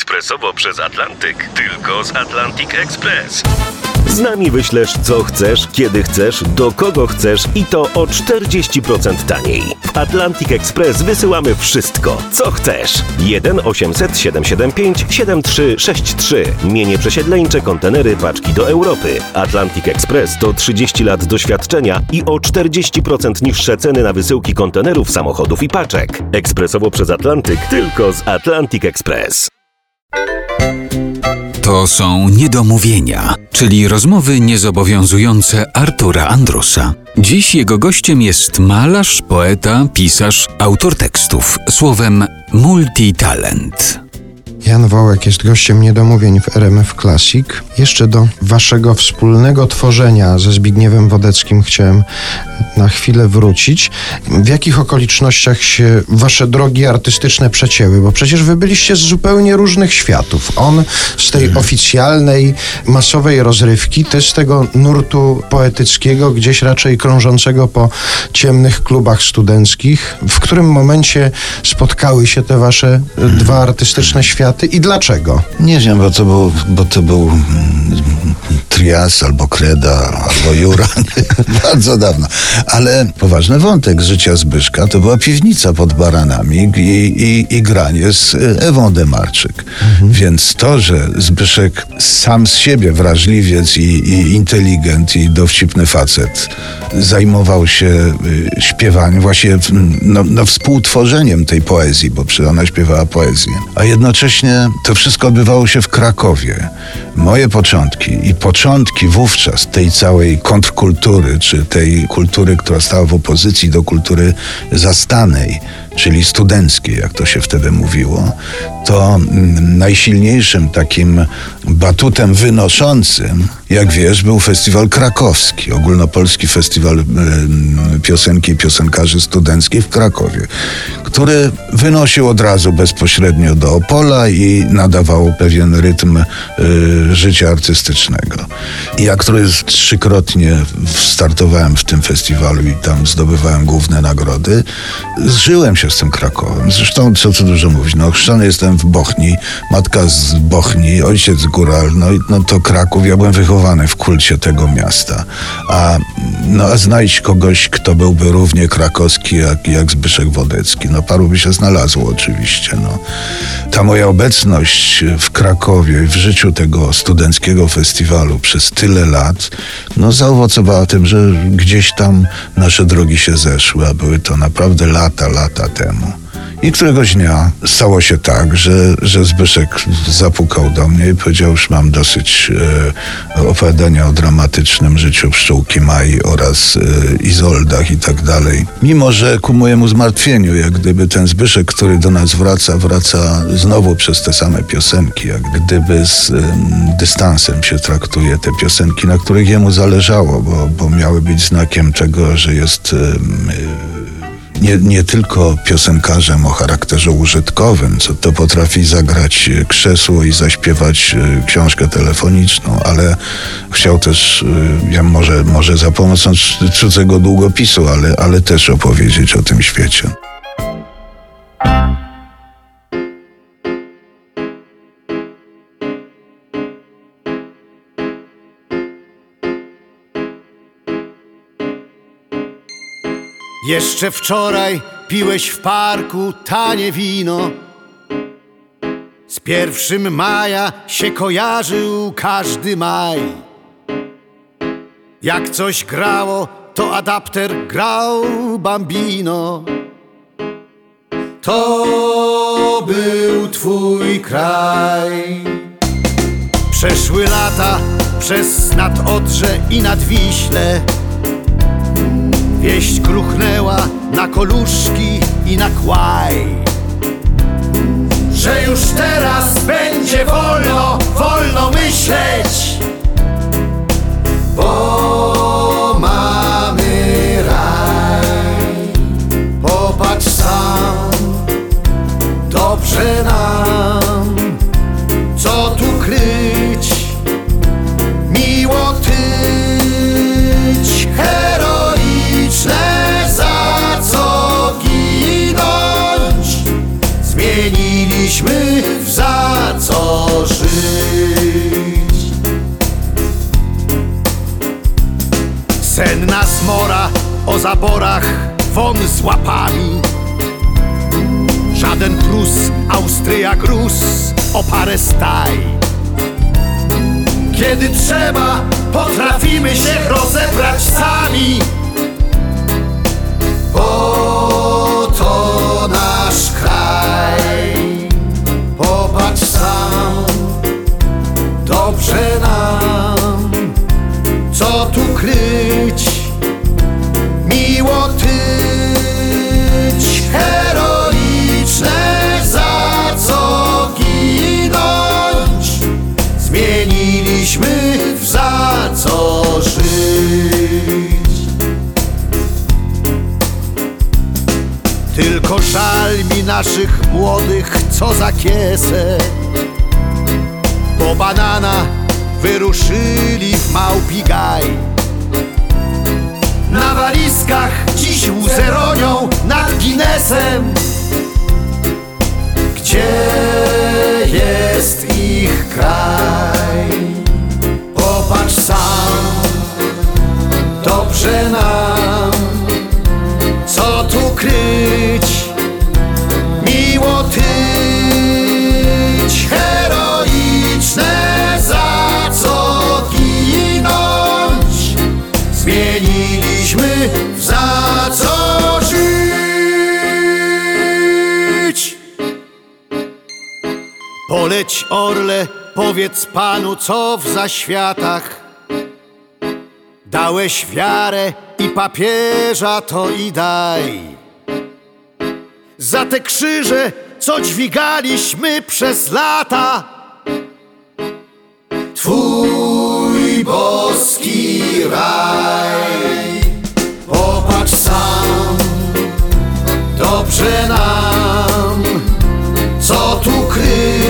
ekspresowo przez Atlantyk. Tylko z Atlantic Express. Z nami wyślesz co chcesz, kiedy chcesz, do kogo chcesz i to o 40% taniej. W Atlantic Express wysyłamy wszystko, co chcesz. 1 800 775 7363. Mienie przesiedleńcze, kontenery, paczki do Europy. Atlantic Express to 30 lat doświadczenia i o 40% niższe ceny na wysyłki kontenerów, samochodów i paczek. Ekspresowo przez Atlantyk, tylko z Atlantic Express. To są niedomówienia, czyli rozmowy niezobowiązujące Artura Andrusa. Dziś jego gościem jest malarz, poeta, pisarz, autor tekstów, słowem multitalent. Jan Wołek jest gościem niedomówień w RMF Classic. Jeszcze do waszego wspólnego tworzenia ze Zbigniewem Wodeckim chciałem na chwilę wrócić. W jakich okolicznościach się wasze drogi artystyczne przecięły? Bo przecież wy byliście z zupełnie różnych światów. On z tej oficjalnej, masowej rozrywki, ty z tego nurtu poetyckiego, gdzieś raczej krążącego po ciemnych klubach studenckich. W którym momencie spotkały się te wasze dwa artystyczne światy i dlaczego? Nie wiem, bo to był Trias, albo Kreda, albo Jura. Bardzo dawno. Ale poważny wątek z życia Zbyszka to była piwnica pod Baranami i granie z Ewą Demarczyk. Więc to, że Zbyszek sam z siebie wrażliwiec i inteligent i dowcipny facet zajmował się śpiewaniem, właśnie współtworzeniem tej poezji, bo przecież ona śpiewała poezję. A jednocześnie to wszystko odbywało się w Krakowie. Moje początki i początki wówczas tej całej kontrkultury, czy tej kultury, która stała w opozycji do kultury zastanej, czyli studenckiej, jak to się wtedy mówiło, to najsilniejszym takim batutem wynoszącym, jak wiesz, był festiwal krakowski, ogólnopolski festiwal piosenki i piosenkarzy studenckich w Krakowie, który wynosił od razu bezpośrednio do Opola i nadawał pewien rytm życia artystycznego. Ja, który trzykrotnie startowałem w tym festiwalu i tam zdobywałem główne nagrody, zżyłem się z tym Krakowem. Zresztą, co tu dużo mówić, chrzczony jestem w Bochni, matka z Bochni, ojciec z Góral, to Kraków, ja byłem wychowany w kulcie tego miasta. A znajdź kogoś, kto byłby równie krakowski jak Zbyszek Wodecki. Paru by się znalazło oczywiście. Ta moja obecność w Krakowie, w życiu tego studenckiego festiwalu przez tyle lat, zaowocowała tym, że gdzieś tam nasze drogi się zeszły, a były to naprawdę lata temu. I któregoś dnia stało się tak, że Zbyszek zapukał do mnie i powiedział, już mam dosyć opowiadania o dramatycznym życiu pszczółki Mai oraz Izoldach i tak dalej. Mimo że ku mojemu zmartwieniu, jak gdyby ten Zbyszek, który do nas wraca znowu przez te same piosenki, jak gdyby z dystansem się traktuje te piosenki, na których jemu zależało, bo miały być znakiem tego, że jest nie tylko piosenkarzem o charakterze użytkowym, co to potrafi zagrać krzesło i zaśpiewać książkę telefoniczną, ale chciał też, może za pomocą cudzego długopisu, ale też opowiedzieć o tym świecie. Jeszcze wczoraj piłeś w parku tanie wino. Z 1 maja się kojarzył każdy maj. Jak coś grało, to adapter grał Bambino. To był twój kraj. Przeszły lata przez nad Odrze i nad Wiśle. Wieść gruchnęła na koluszki i na kłaj, że już teraz będzie wolno myśleć, bo mamy raj. Popatrz sam, dobrze nam, co tu kryć, miło tyć, za co ginąć, zmieniliśmy w za co wóz o parę staj. Kiedy trzeba, potrafimy się rozebrać sami, bo to nasz kraj. Popatrz sam, dobrze nam, co tu kryć, miło tyć, heroiczne, za co ginąć. Zmieniliśmy w za co żyć. Tylko żal mi naszych młodych, co za kiesę, po banana wyruszyli w małpi gaj. Na walizkach dziś łzę ronią nad Guinnessem. Gdzie jest ich kraj? Popatrz sam, dobrze nam, co tu kryć, miło tyć, heroiczne, za co ginąć. Zmieniliśmy w za co żyć. Poleć orle, powiedz Panu, co w zaświatach. Dałeś wiarę i papieża, to i daj. Za te krzyże, co dźwigaliśmy przez lata. Twój boski raj. Popatrz sam, dobrze nam, co tu kryć,